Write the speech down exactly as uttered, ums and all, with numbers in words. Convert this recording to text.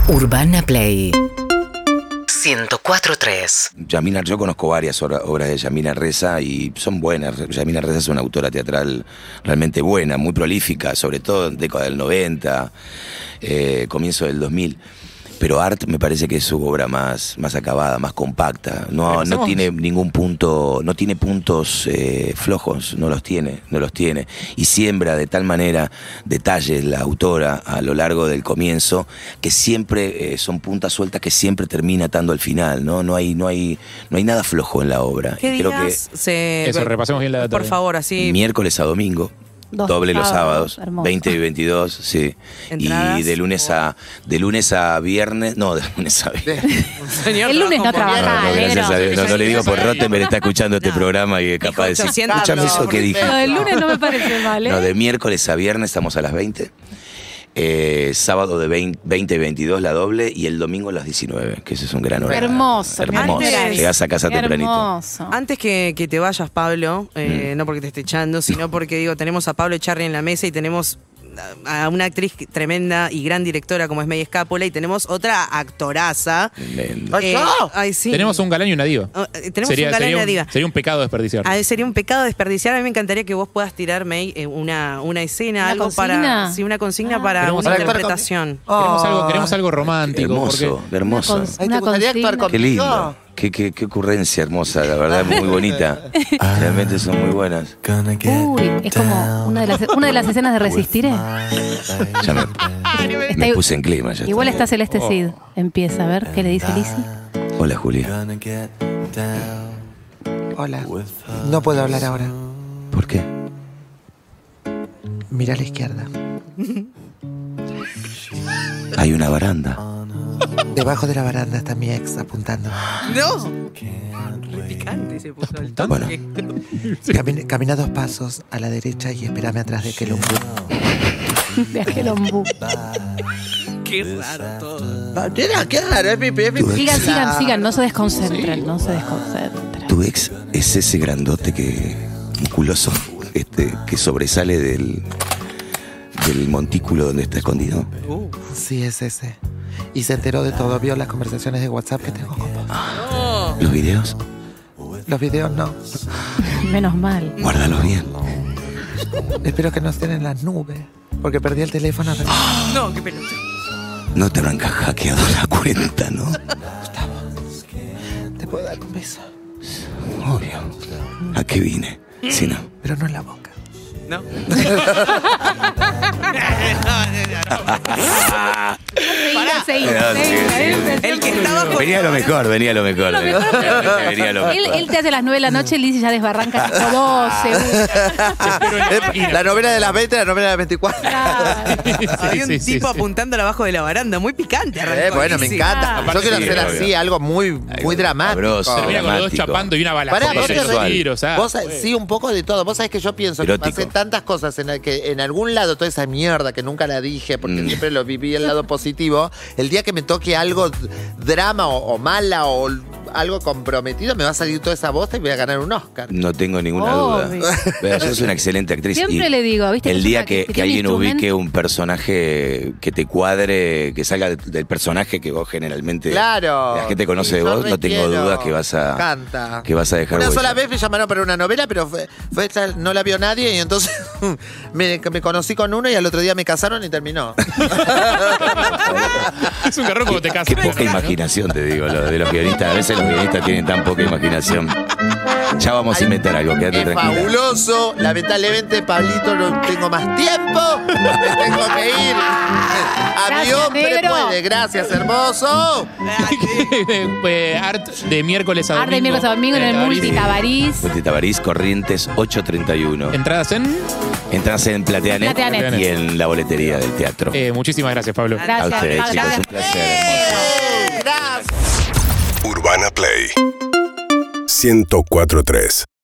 Urbana Play ciento cuatro punto tres. Yamina, yo conozco varias obras de Yamina Reza y son buenas. Yamina Reza es una autora teatral realmente buena, muy prolífica, sobre todo en década del noventa, eh, comienzo del dos mil. Pero Art me parece que es su obra más, más acabada, más compacta. No, no tiene ningún punto, no tiene puntos eh, flojos, no los tiene, no los tiene. Y siembra de tal manera detalles la autora a lo largo del comienzo que siempre eh, son puntas sueltas que siempre termina atando al final, ¿no? No hay, no hay, no hay nada flojo en la obra. ¿Qué Creo días que se... Eso, repasemos bien la data. Por favor, así... Miércoles a domingo. Dos Doble los sábados, sábados, hermoso. veinte y veintidós, sí. Entradas, y de lunes a de lunes a viernes, no, de lunes a viernes. Señor, El lunes no trabaja trabaja, No, no, gracias a Dios. No, no le digo por Rottenberg, está escuchando este No. programa y es capaz de decir, ochocientos, escuchame no, eso que dije. Lo del lunes no me parece mal, ¿eh? No, de miércoles a viernes estamos a las veinte. Eh, sábado de veinte y veintidós la doble y el domingo a las diecinueve, que ese es un gran horario. Hermoso. Hermoso. Antes- Llegás a casa tempranito. Hermoso. Antes que, que te vayas, Pablo, eh, Mm. no porque te esté echando, sino porque digo, tenemos a Pablo Echarri en la mesa y tenemos a a una actriz tremenda y gran directora como es May Escápola y tenemos otra actoraza. Tremendo. Eh, ay, sí. Tenemos un galán y una diva. Oh, eh, tenemos sería, un galán y sería una diva. Sería un pecado desperdiciar. Ah, sería un pecado desperdiciar. A mí me encantaría que vos puedas tirar, May, eh, una, una escena, ¿Una algo consigna? para. Sí, una consigna Ah. para Queremos una actuar interpretación. Queremos, algo, queremos algo romántico. Hermoso, porque- hermoso. Una cons- Ay, ¿te Una gustaría consigna. actuar Qué conmigo? lindo. Qué, qué, qué ocurrencia hermosa, la verdad, muy bonita. Realmente son muy buenas. Uy, es como una de las, una de las escenas de Resistiré. Ya me, Está- me puse en clima. Ya Igual está. está Celeste Cid. Empieza a ver qué le dice Lizzy. Hola, Julia. Hola. No puedo hablar ahora. ¿Por qué? Mira a la izquierda. Hay una baranda. Debajo de la baranda está mi ex apuntando. ¡No! Re picante se puso el toque. Bueno. Camina, camina dos pasos a la derecha y espérame atrás de aquel hombro. Viaje al ombú. Qué raro todo. No, mira, qué raro, es mi, es mi Sigan, sigan, sigan. No se desconcentren, no se desconcentren. Tu ex es ese grandote que musculoso, este, que sobresale del, del montículo donde está escondido. Uh. Sí, es ese. Y se enteró de todo, vio las conversaciones de WhatsApp que tengo con vos. ¿Los videos? Los videos no. Menos mal. Guárdalos bien. Espero que no estén en las nubes. Porque perdí el teléfono. Pero... No, qué pelota. No te habrán hackeado la cuenta, ¿no? Gustavo, ¿te puedo dar un beso? Obvio. ¿A qué vine? Si no. Pero no en la boca. No. Seguí, seguí, No, sí, seguí, sí. seguí. El que estaba con... Venía lo mejor, venía lo mejor. Lo mejor, pero- Venía lo Él, mejor. él te hace las nueve de la noche, Lizzy ya desbarranca tipo doce. La novela de las veinte, la novela de las veinticuatro. Claro. Había un sí, sí, tipo sí. apuntándole abajo de la baranda, muy picante. arrancó Eh, bueno, me Lizzy. encanta. Aparte Yo quiero sí, hacer obvio. así, algo muy, muy dramático. sabroso. Termina con los dos dramático. chapando y una Pará, balacera vos y te dos reís. tiros. ah, Vos, pues. sí, un poco de todo. Vos sabés que yo pienso Erótico. que pasé tantas cosas en, el que en algún lado, toda esa mierda que nunca la dije, porque Mm. siempre lo viví el lado positivo. El día que me toque algo drama o, o mala o algo comprometido, me va a salir toda esa bosta y voy a ganar un Oscar. No tengo ninguna Obvio. duda. Pero sos una excelente actriz. Siempre y le digo, ¿viste? El que día es una- que, que que tiene alguien instrumento. ubique un personaje que te cuadre, que salga del, del personaje que vos generalmente Claro. la gente conoce Sí, de yo vos, no tengo requiero. dudas que vas a Canta. que vas a dejar Una huella. sola vez me llamaron para una novela, pero fue, fue esta- no la vio nadie y entonces me, me conocí con uno y al otro día me casaron y terminó. Es un garrón cuando te casas. Qué poca imaginación, te digo, lo de los guionistas. A veces los guionistas tienen tan poca imaginación. Ya vamos a inventar algo, quédate Es tranquila. fabuloso. Lamentablemente, Pablito, no tengo más tiempo. Me tengo que ir. A mi Gracias, hombre negro. puede. Gracias, hermoso. Eh, Art de miércoles a domingo. Arde miércoles a domingo en el Tabarís. Multi Tabarís. Multi Tabarís, Corrientes ochocientos treinta y uno. Entradas en. Entras en Plateanet, Plateanet. y en la boletería del teatro. Eh, muchísimas gracias, Pablo. A Gracias. ustedes, gracias. chicos, un placer. hermoso. Gracias. Urbana Play ciento cuatro punto tres.